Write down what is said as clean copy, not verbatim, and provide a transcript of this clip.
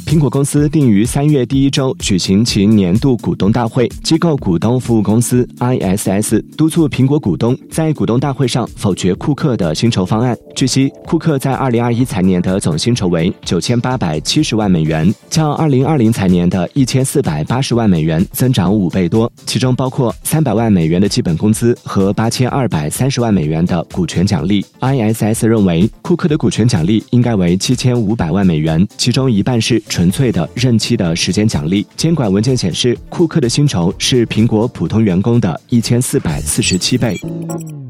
苹果公司定于3月第1周举行其年度股东大会，机构股东服务公司 ISS 督促苹果股东在股东大会上否决库克的薪酬方案。据悉，库克在2021财年的总薪酬为9870万美元，较2020财年的1480万美元增长5倍多，其中包括300万美元的基本工资和8230万美元的股权奖励。ISS 认为，库克的股权奖励应该为7500万美元，其中一半是纯粹的任期的时间奖励。监管文件显示，库克的薪酬是苹果普通员工的1447倍。